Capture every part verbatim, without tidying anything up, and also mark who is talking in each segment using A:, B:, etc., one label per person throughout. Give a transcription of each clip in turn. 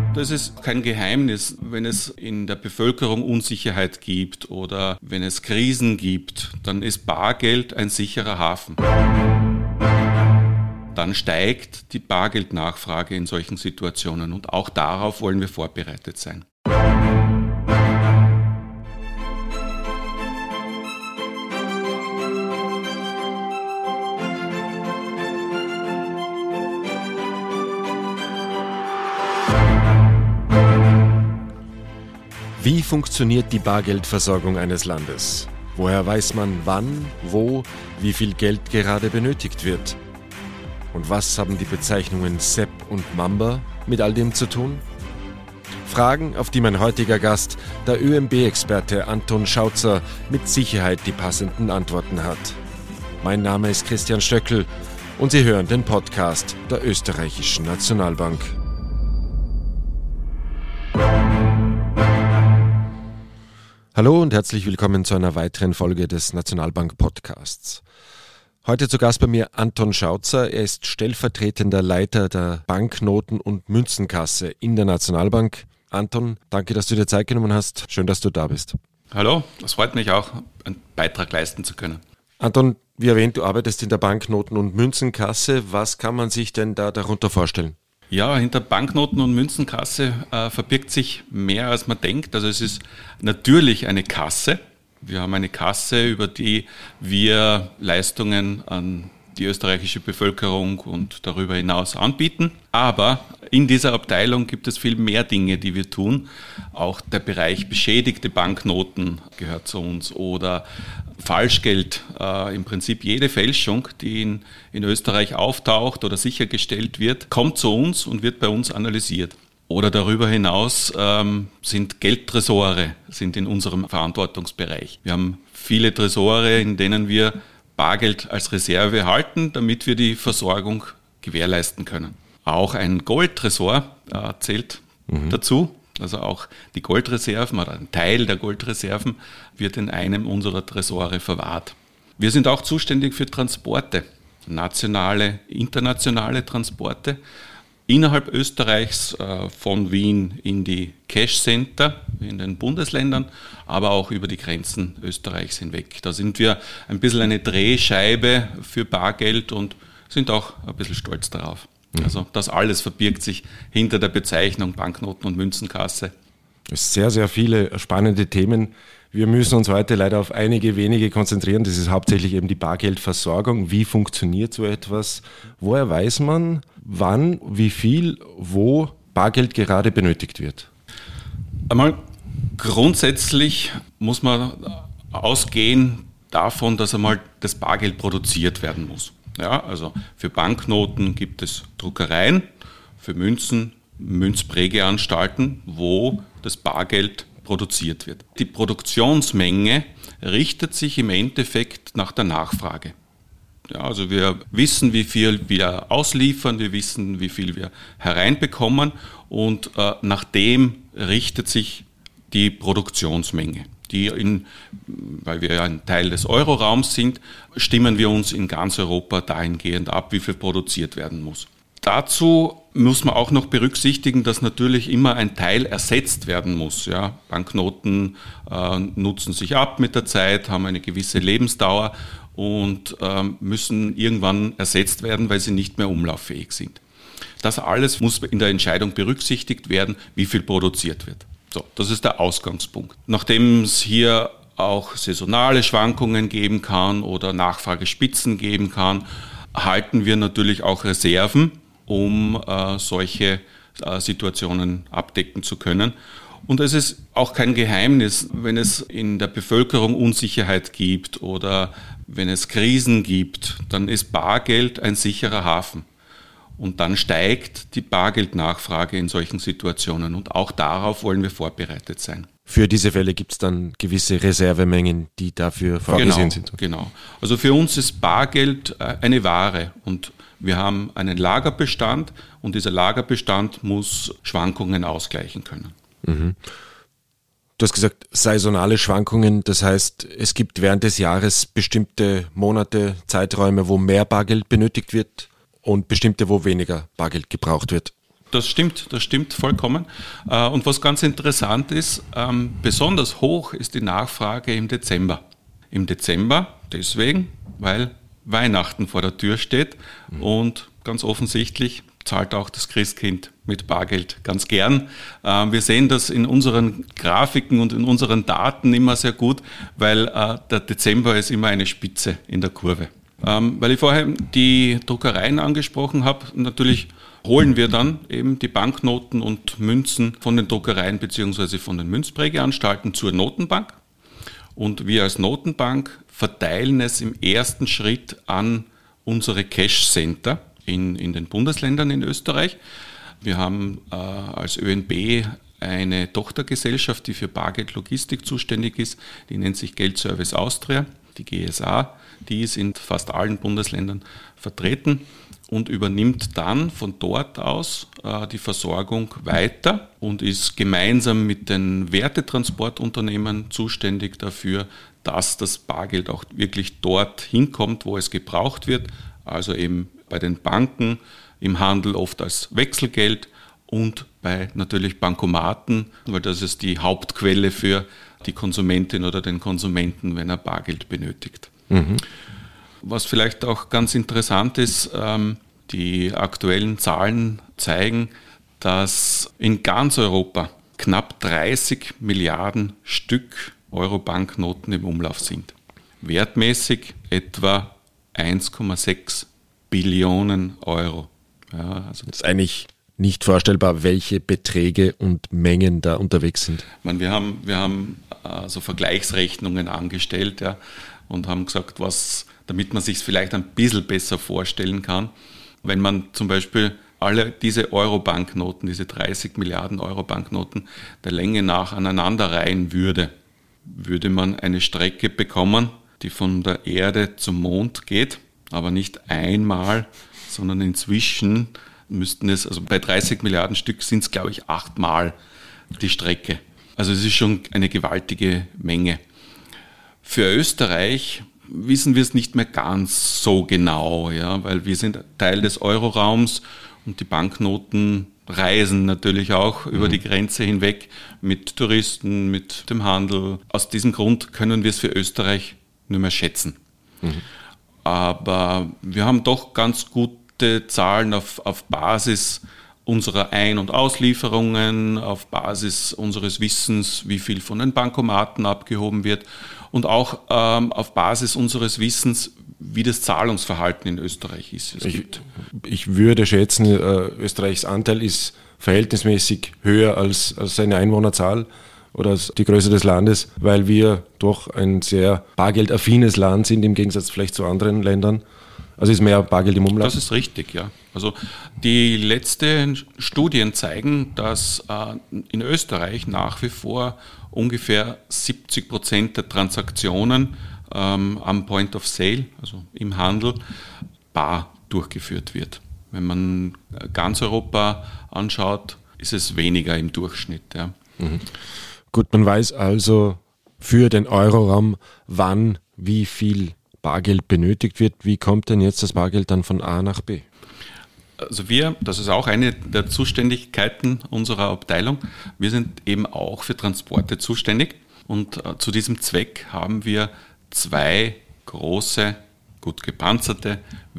A: Das ist kein Geheimnis, wenn es in der Bevölkerung Unsicherheit gibt oder wenn es Krisen gibt, dann ist Bargeld ein sicherer Hafen. Dann steigt die Bargeldnachfrage in solchen Situationen und auch darauf wollen wir vorbereitet sein.
B: Wie funktioniert die Bargeldversorgung eines Landes? Woher weiß man, wann, wo, wie viel Geld gerade benötigt wird? Und was haben die Bezeichnungen Sepp und Mamba mit all dem zu tun? Fragen, auf die mein heutiger Gast, der Ö M B-Experte Anton Schautzer, mit Sicherheit die passenden Antworten hat. Mein Name ist Christian Stöckl und Sie hören den Podcast der Österreichischen Nationalbank. Hallo und herzlich willkommen zu einer weiteren Folge des Nationalbank-Podcasts. Heute zu Gast bei mir Anton Schautzer. Er ist stellvertretender Leiter der Banknoten- und Münzenkasse in der Nationalbank. Anton, danke, dass du dir Zeit genommen hast. Schön, dass du da bist.
A: Hallo, es freut mich auch, einen Beitrag leisten zu können.
B: Anton, wie erwähnt, du arbeitest in der Banknoten- und Münzenkasse. Was kann man sich denn da darunter vorstellen?
A: Ja, hinter Banknoten- und Münzenkasse äh, verbirgt sich mehr, als man denkt. Also es ist natürlich eine Kasse. Wir haben eine Kasse, über die wir Leistungen an die österreichische Bevölkerung und darüber hinaus anbieten. Aber in dieser Abteilung gibt es viel mehr Dinge, die wir tun. Auch der Bereich beschädigte Banknoten gehört zu uns oder Falschgeld, äh, im Prinzip jede Fälschung, die in, in Österreich auftaucht oder sichergestellt wird, kommt zu uns und wird bei uns analysiert. Oder darüber hinaus ähm, sind Geldtresore sind in unserem Verantwortungsbereich. Wir haben viele Tresore, in denen wir Bargeld als Reserve halten, damit wir die Versorgung gewährleisten können. Auch ein Goldtresor äh, zählt mhm. dazu. Also auch die Goldreserven oder ein Teil der Goldreserven wird in einem unserer Tresore verwahrt. Wir sind auch zuständig für Transporte, nationale, internationale Transporte innerhalb Österreichs, äh, von Wien in die Cash Center in den Bundesländern, aber auch über die Grenzen Österreichs hinweg. Da sind wir ein bisschen eine Drehscheibe für Bargeld und sind auch ein bisschen stolz darauf. Also das alles verbirgt sich hinter der Bezeichnung Banknoten- und Münzenkasse.
B: Sehr, sehr viele spannende Themen. Wir müssen uns heute leider auf einige wenige konzentrieren. Das ist hauptsächlich eben die Bargeldversorgung. Wie funktioniert so etwas? Woher weiß man, wann, wie viel, wo Bargeld gerade benötigt wird?
A: Einmal grundsätzlich muss man ausgehen davon, dass einmal das Bargeld produziert werden muss. Ja, also für Banknoten gibt es Druckereien, für Münzen Münzprägeanstalten, wo das Bargeld produziert wird. Die Produktionsmenge richtet sich im Endeffekt nach der Nachfrage. Ja, also wir wissen, wie viel wir ausliefern, wir wissen, wie viel wir hereinbekommen und äh, nach dem richtet sich die Produktionsmenge. Die in, weil wir ja ein Teil des Euroraums sind, stimmen wir uns in ganz Europa dahingehend ab, wie viel produziert werden muss. Dazu muss man auch noch berücksichtigen, dass natürlich immer ein Teil ersetzt werden muss. Ja, Banknoten äh, nutzen sich ab mit der Zeit, haben eine gewisse Lebensdauer und äh, müssen irgendwann ersetzt werden, weil sie nicht mehr umlauffähig sind. Das alles muss in der Entscheidung berücksichtigt werden, wie viel produziert wird. So, das ist der Ausgangspunkt. Nachdem es hier auch saisonale Schwankungen geben kann oder Nachfragespitzen geben kann, halten wir natürlich auch Reserven, um äh, solche äh, Situationen abdecken zu können. Und es ist auch kein Geheimnis, wenn es in der Bevölkerung Unsicherheit gibt oder wenn es Krisen gibt, dann ist Bargeld ein sicherer Hafen. Und dann steigt die Bargeldnachfrage in solchen Situationen. Und auch darauf wollen wir vorbereitet sein.
B: Für diese Fälle gibt es dann gewisse Reservemengen, die dafür vorgesehen
A: genau,
B: sind.
A: Genau. Also für uns ist Bargeld eine Ware. Und wir haben einen Lagerbestand. Und dieser Lagerbestand muss Schwankungen ausgleichen können.
B: Mhm. Du hast gesagt, saisonale Schwankungen. Das heißt, es gibt während des Jahres bestimmte Monate, Zeiträume, wo mehr Bargeld benötigt wird. Und bestimmte, wo weniger Bargeld gebraucht wird.
A: Das stimmt, das stimmt vollkommen. Und was ganz interessant ist, besonders hoch ist die Nachfrage im Dezember. Im Dezember deswegen, weil Weihnachten vor der Tür steht und ganz offensichtlich zahlt auch das Christkind mit Bargeld ganz gern. Wir sehen das in unseren Grafiken und in unseren Daten immer sehr gut, weil der Dezember ist immer eine Spitze in der Kurve. Weil ich vorher die Druckereien angesprochen habe, natürlich holen wir dann eben die Banknoten und Münzen von den Druckereien bzw. von den Münzprägeanstalten zur Notenbank. Und wir als Notenbank verteilen es im ersten Schritt an unsere Cash Center in, in den Bundesländern in Österreich. Wir haben äh, als Ö N B eine Tochtergesellschaft, die für Bargeldlogistik zuständig ist. Die nennt sich Geldservice Austria, die G S A. Die ist in fast allen Bundesländern vertreten und übernimmt dann von dort aus äh, die Versorgung weiter und ist gemeinsam mit den Wertetransportunternehmen zuständig dafür, dass das Bargeld auch wirklich dort hinkommt, wo es gebraucht wird, also eben bei den Banken, im Handel oft als Wechselgeld und bei natürlich Bankomaten, weil das ist die Hauptquelle für die Konsumentin oder den Konsumenten, wenn er Bargeld benötigt. Mhm. Was vielleicht auch ganz interessant ist, ähm, die aktuellen Zahlen zeigen, dass in ganz Europa knapp dreißig Milliarden Stück Euro-Banknoten im Umlauf sind. Wertmäßig etwa eins Komma sechs Billionen Euro. Ja, also
B: das ist eigentlich nicht vorstellbar, welche Beträge und Mengen da unterwegs sind.
A: Ich meine, wir haben, wir haben äh, so Vergleichsrechnungen angestellt, ja, und haben gesagt, was, damit man sich es vielleicht ein bisschen besser vorstellen kann, wenn man zum Beispiel alle diese Euro-Banknoten, diese dreißig Milliarden Euro-Banknoten der Länge nach aneinanderreihen würde, würde man eine Strecke bekommen, die von der Erde zum Mond geht, aber nicht einmal, sondern inzwischen müssten es, also bei dreißig Milliarden Stück sind es, glaube ich, achtmal die Strecke. Also es ist schon eine gewaltige Menge. Für Österreich wissen wir es nicht mehr ganz so genau, ja, weil wir sind Teil des Euroraums und die Banknoten reisen natürlich auch mhm. über die Grenze hinweg mit Touristen, mit dem Handel. Aus diesem Grund können wir es für Österreich nur mehr schätzen. Mhm. Aber wir haben doch ganz gute Zahlen auf, auf Basis unserer Ein- und Auslieferungen, auf Basis unseres Wissens, wie viel von den Bankomaten abgehoben wird und auch ähm, auf Basis unseres Wissens, wie das Zahlungsverhalten in Österreich ist. Es
B: ich,
A: gibt
B: ich würde schätzen, äh, Österreichs Anteil ist verhältnismäßig höher als, als seine Einwohnerzahl oder als die Größe des Landes, weil wir doch ein sehr bargeldaffines Land sind, im Gegensatz vielleicht zu anderen Ländern. Also ist mehr Bargeld im Umlauf?
A: Das ist richtig, ja. Also die letzten Studien zeigen, dass äh, in Österreich nach wie vor ungefähr siebzig Prozent der Transaktionen ähm, am Point of Sale, also im Handel, bar durchgeführt wird. Wenn man ganz Europa anschaut, ist es weniger im Durchschnitt. Ja.
B: Mhm. Gut, man weiß also für den Euroraum, wann wie viel Bargeld benötigt wird. Wie kommt denn jetzt das Bargeld dann von A nach B?
A: Also wir, das ist auch eine der Zuständigkeiten unserer Abteilung, wir sind eben auch für Transporte zuständig und äh, zu diesem Zweck haben wir zwei große, gut gepanzerte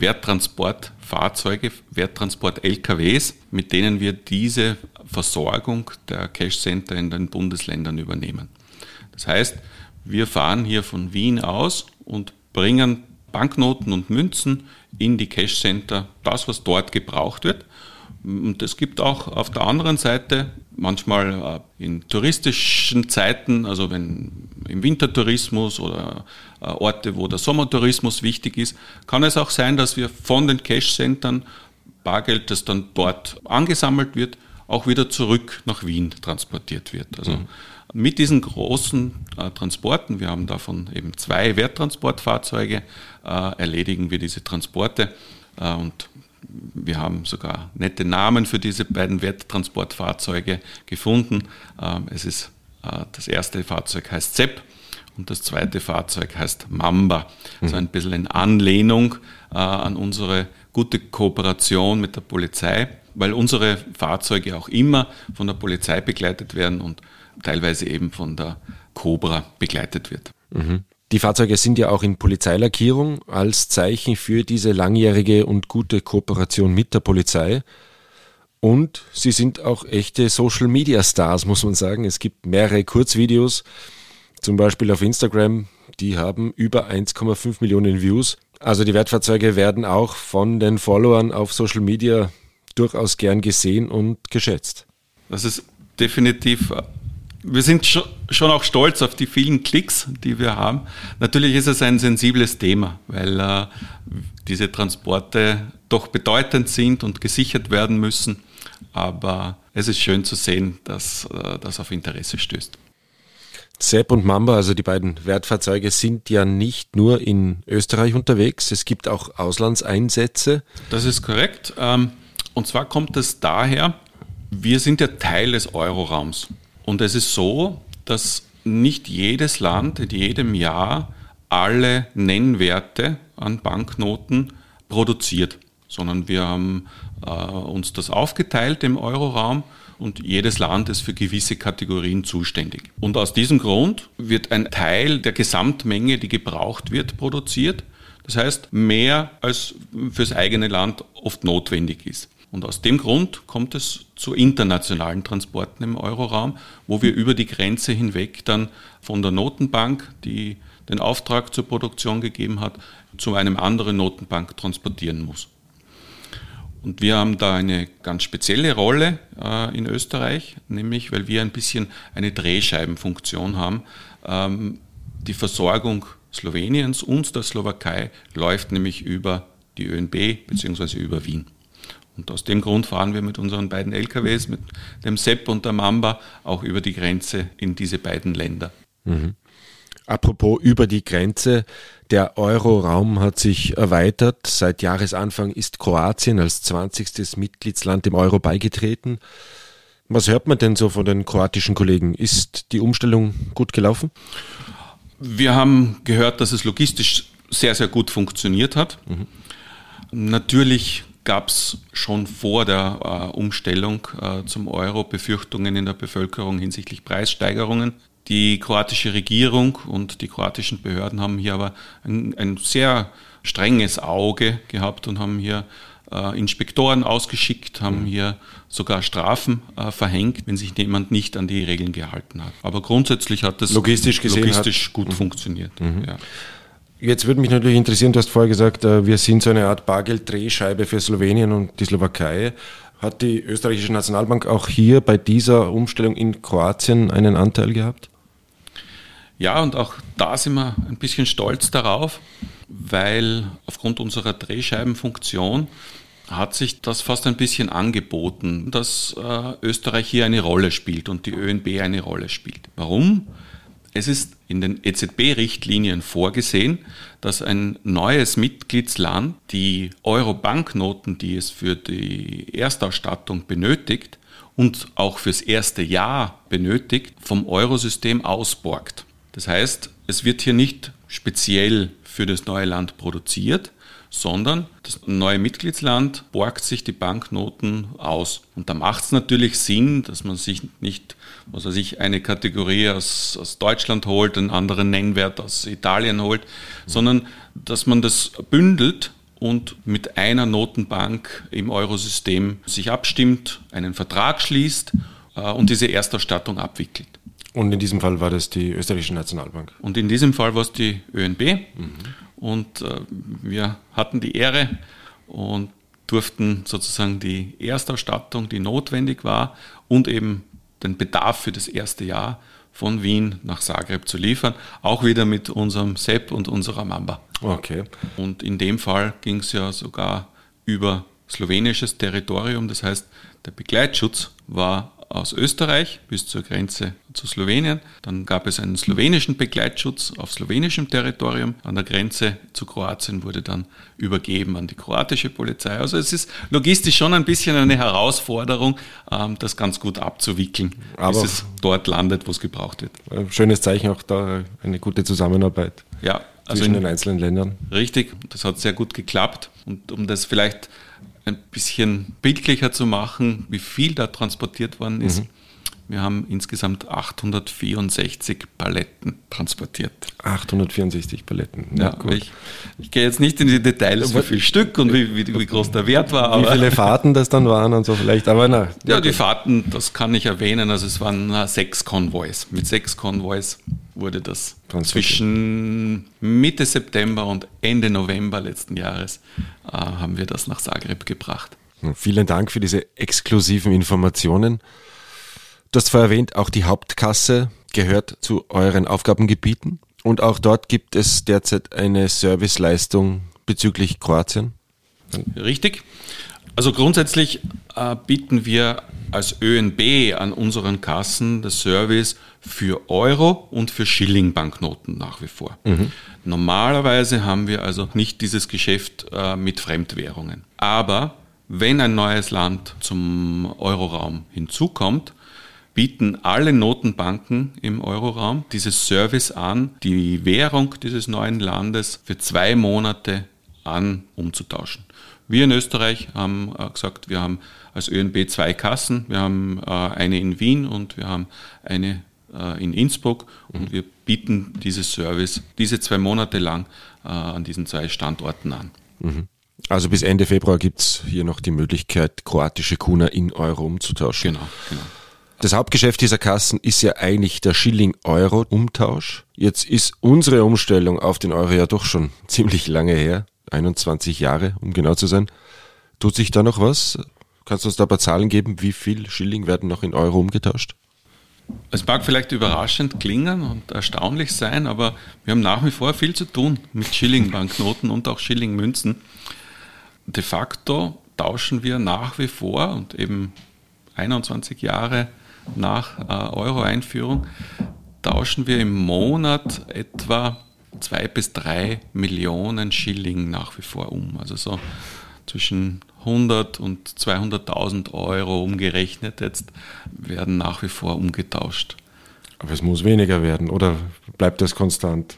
A: Werttransportfahrzeuge, Werttransport-L K Ws, mit denen wir diese Versorgung der Cash-Center in den Bundesländern übernehmen. Das heißt, wir fahren hier von Wien aus und bringen Banknoten und Münzen in die Cash-Center, das, was dort gebraucht wird. Und es gibt auch auf der anderen Seite, manchmal in touristischen Zeiten, also wenn im Wintertourismus oder Orte, wo der Sommertourismus wichtig ist, kann es auch sein, dass wir von den Cash-Centern Bargeld, das dann dort angesammelt wird, auch wieder zurück nach Wien transportiert wird. Also mhm. mit diesen großen äh, Transporten, wir haben davon eben zwei Werttransportfahrzeuge, äh, erledigen wir diese Transporte äh, und wir haben sogar nette Namen für diese beiden Werttransportfahrzeuge gefunden. Äh, es ist, äh, das erste Fahrzeug heißt Sepp und das zweite Fahrzeug heißt Mamba. Mhm. So ein bisschen in Anlehnung äh, an unsere gute Kooperation mit der Polizei. weil unsere Fahrzeuge auch immer von der Polizei begleitet werden und teilweise eben von der Cobra begleitet wird.
B: Mhm. Die Fahrzeuge sind ja auch in Polizeilackierung als Zeichen für diese langjährige und gute Kooperation mit der Polizei. Und sie sind auch echte Social-Media-Stars, muss man sagen. Es gibt mehrere Kurzvideos, zum Beispiel auf Instagram, die haben über eins Komma fünf Millionen Views. Also die Wertfahrzeuge werden auch von den Followern auf Social Media durchaus gern gesehen und geschätzt.
A: Das ist definitiv, wir sind schon auch stolz auf die vielen Klicks, die wir haben. Natürlich ist es ein sensibles Thema, weil äh, diese Transporte doch bedeutend sind und gesichert werden müssen. Aber es ist schön zu sehen, dass äh, das auf Interesse stößt.
B: Sepp und Mamba, also die beiden Wertfahrzeuge, sind ja nicht nur in Österreich unterwegs, es gibt auch Auslandseinsätze.
A: Das ist korrekt. Und zwar kommt es daher, wir sind ja Teil des Euroraums. Und es ist so, dass nicht jedes Land in jedem Jahr alle Nennwerte an Banknoten produziert, sondern wir haben äh, uns das aufgeteilt im Euroraum. Und jedes Land ist für gewisse Kategorien zuständig. Und aus diesem Grund wird ein Teil der Gesamtmenge, die gebraucht wird, produziert. Das heißt, mehr als fürs eigene Land oft notwendig ist. Und aus dem Grund kommt es zu internationalen Transporten im Euroraum, wo wir über die Grenze hinweg dann von der Notenbank, die den Auftrag zur Produktion gegeben hat, zu einem anderen Notenbank transportieren muss. Und wir haben da eine ganz spezielle Rolle äh, in Österreich, nämlich weil wir ein bisschen eine Drehscheibenfunktion haben. Ähm, die Versorgung Sloweniens und der Slowakei läuft nämlich über die ÖNB bzw. über Wien. Und aus dem Grund fahren wir mit unseren beiden L K Ws, mit dem Sepp und der Mamba, auch über die Grenze in diese beiden Länder.
B: Mhm. Apropos über die Grenze, der Euroraum hat sich erweitert. Seit Jahresanfang ist Kroatien als zwanzigstes Mitgliedsland dem Euro beigetreten. Was hört man denn so von den kroatischen Kollegen? Ist die Umstellung gut gelaufen?
A: Wir haben gehört, dass es logistisch sehr, sehr gut funktioniert hat. Mhm. Natürlich gab es schon vor der äh, Umstellung äh, zum Euro Befürchtungen in der Bevölkerung hinsichtlich Preissteigerungen. Die kroatische Regierung und die kroatischen Behörden haben hier aber ein, ein sehr strenges Auge gehabt und haben hier äh, Inspektoren ausgeschickt, haben hier sogar Strafen äh, verhängt, wenn sich jemand nicht an die Regeln gehalten hat. Aber grundsätzlich hat das
B: logistisch, gesehen
A: logistisch
B: hat.
A: gut
B: mhm.
A: funktioniert.
B: Mhm.
A: Ja.
B: Jetzt würde mich natürlich interessieren, du hast vorher gesagt, wir sind so eine Art Bargelddrehscheibe für Slowenien und die Slowakei. Hat die österreichische Nationalbank auch hier bei dieser Umstellung in Kroatien einen Anteil gehabt?
A: Ja, und auch da sind wir ein bisschen stolz darauf, weil aufgrund unserer Drehscheibenfunktion hat sich das fast ein bisschen angeboten, dass äh, Österreich hier eine Rolle spielt und die ÖNB eine Rolle spielt. Warum? Es ist in den E Z B-Richtlinien vorgesehen, dass ein neues Mitgliedsland die Euro-Banknoten, die es für die Erstausstattung benötigt und auch fürs erste Jahr benötigt, vom Eurosystem ausborgt. Das heißt, es wird hier nicht speziell für das neue Land produziert, sondern das neue Mitgliedsland borgt sich die Banknoten aus. Und da macht es natürlich Sinn, dass man sich nicht, was weiß ich, eine Kategorie aus, aus Deutschland holt, einen anderen Nennwert aus Italien holt, sondern dass man das bündelt und mit einer Notenbank im Eurosystem sich abstimmt, einen Vertrag schließt äh, und diese Erstausstattung abwickelt.
B: Und in diesem Fall war das die österreichische Nationalbank?
A: Und in diesem Fall war es die ÖNB. Mhm. Und äh, wir hatten die Ehre und durften sozusagen die Erstausstattung, die notwendig war, und eben den Bedarf für das erste Jahr von Wien nach Zagreb zu liefern. Auch wieder mit unserem Sepp und unserer Mamba.
B: Okay.
A: Und in dem Fall ging es ja sogar über slowenisches Territorium. Das heißt, der Begleitschutz war aus Österreich bis zur Grenze zu Slowenien. Dann gab es einen slowenischen Begleitschutz auf slowenischem Territorium. An der Grenze zu Kroatien wurde dann übergeben an die kroatische Polizei. Also es ist logistisch schon ein bisschen eine Herausforderung, das ganz gut abzuwickeln,
B: aber
A: bis es dort landet, wo es gebraucht wird.
B: Schönes Zeichen auch da, eine gute Zusammenarbeit
A: ja, also
B: zwischen
A: in,
B: den einzelnen Ländern.
A: Richtig, das hat sehr gut geklappt. Und um das vielleicht ein bisschen bildlicher zu machen, wie viel da transportiert worden ist. Mhm. Wir haben insgesamt achthundertvierundsechzig Paletten transportiert.
B: achthundertvierundsechzig Paletten.
A: Ja, ja gut. Ich, ich gehe jetzt nicht in die Details, wie viel Stück und wie, wie, wie groß der Wert war.
B: Aber wie viele Fahrten das dann waren und so vielleicht. Aber na,
A: ja, ja, die Fahrten, das kann ich erwähnen. Also es waren na, sechs Konvois. Mit sechs Konvois wurde das zwischen Mitte September und Ende November letzten Jahres äh, haben wir das nach Zagreb gebracht.
B: Vielen Dank für diese exklusiven Informationen. Du hast vorher erwähnt, auch die Hauptkasse gehört zu euren Aufgabengebieten und auch dort gibt es derzeit eine Serviceleistung bezüglich Kroatien?
A: Richtig. Also grundsätzlich äh, bieten wir als ÖNB an unseren Kassen das Service für Euro und für Schilling-Banknoten nach wie vor. Mhm. Normalerweise haben wir also nicht dieses Geschäft äh, mit Fremdwährungen. Aber wenn ein neues Land zum Euroraum hinzukommt, bieten alle Notenbanken im Euroraum dieses Service an, die Währung dieses neuen Landes für zwei Monate an umzutauschen. Wir in Österreich haben gesagt, wir haben als ÖNB zwei Kassen. Wir haben eine in Wien und wir haben eine in Innsbruck und wir bieten dieses Service diese zwei Monate lang an diesen zwei Standorten an.
B: Also bis Ende Februar gibt es hier noch die Möglichkeit, kroatische Kuna in Euro umzutauschen.
A: Genau, genau.
B: Das Hauptgeschäft dieser Kassen ist ja eigentlich der Schilling-Euro-Umtausch. Jetzt ist unsere Umstellung auf den Euro ja doch schon ziemlich lange her, einundzwanzig Jahre, um genau zu sein. Tut sich da noch was? Kannst du uns da ein paar Zahlen geben? Wie viel Schilling werden noch in Euro umgetauscht?
A: Es mag vielleicht überraschend klingen und erstaunlich sein, aber wir haben nach wie vor viel zu tun mit Schilling-Banknoten und auch Schilling-Münzen. De facto tauschen wir nach wie vor und eben einundzwanzig Jahre nach äh, Euro-Einführung tauschen wir im Monat etwa zwei bis drei Millionen Schilling nach wie vor um. Also so zwischen hundert und zweihunderttausend Euro umgerechnet jetzt werden nach wie vor umgetauscht.
B: Aber es muss weniger werden, oder bleibt das konstant?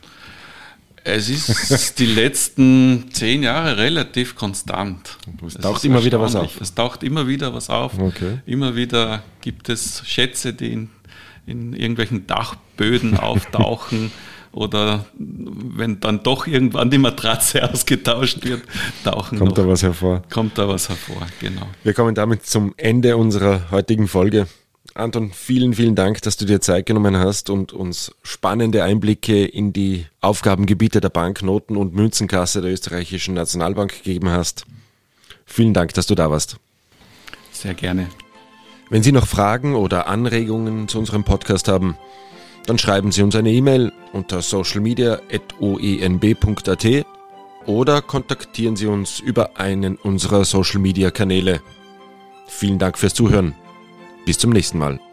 A: Es ist die letzten zehn Jahre relativ konstant.
B: Es taucht immer wieder was auf.
A: Es taucht immer wieder was auf.
B: Okay.
A: Immer wieder gibt es Schätze, die in, in irgendwelchen Dachböden auftauchen oder wenn dann doch irgendwann die Matratze ausgetauscht wird, tauchen
B: Kommt
A: noch,
B: da was hervor.
A: Kommt da was hervor, genau.
B: Wir kommen damit zum Ende unserer heutigen Folge. Anton, vielen, vielen Dank, dass du dir Zeit genommen hast und uns spannende Einblicke in die Aufgabengebiete der Banknoten- und Münzenkasse der Österreichischen Nationalbank gegeben hast. Vielen Dank, dass du da warst.
A: Sehr gerne.
B: Wenn Sie noch Fragen oder Anregungen zu unserem Podcast haben, dann schreiben Sie uns eine E-Mail unter socialmedia at o e n b punkt a t oder kontaktieren Sie uns über einen unserer Social-Media-Kanäle. Vielen Dank fürs Zuhören. Bis zum nächsten Mal.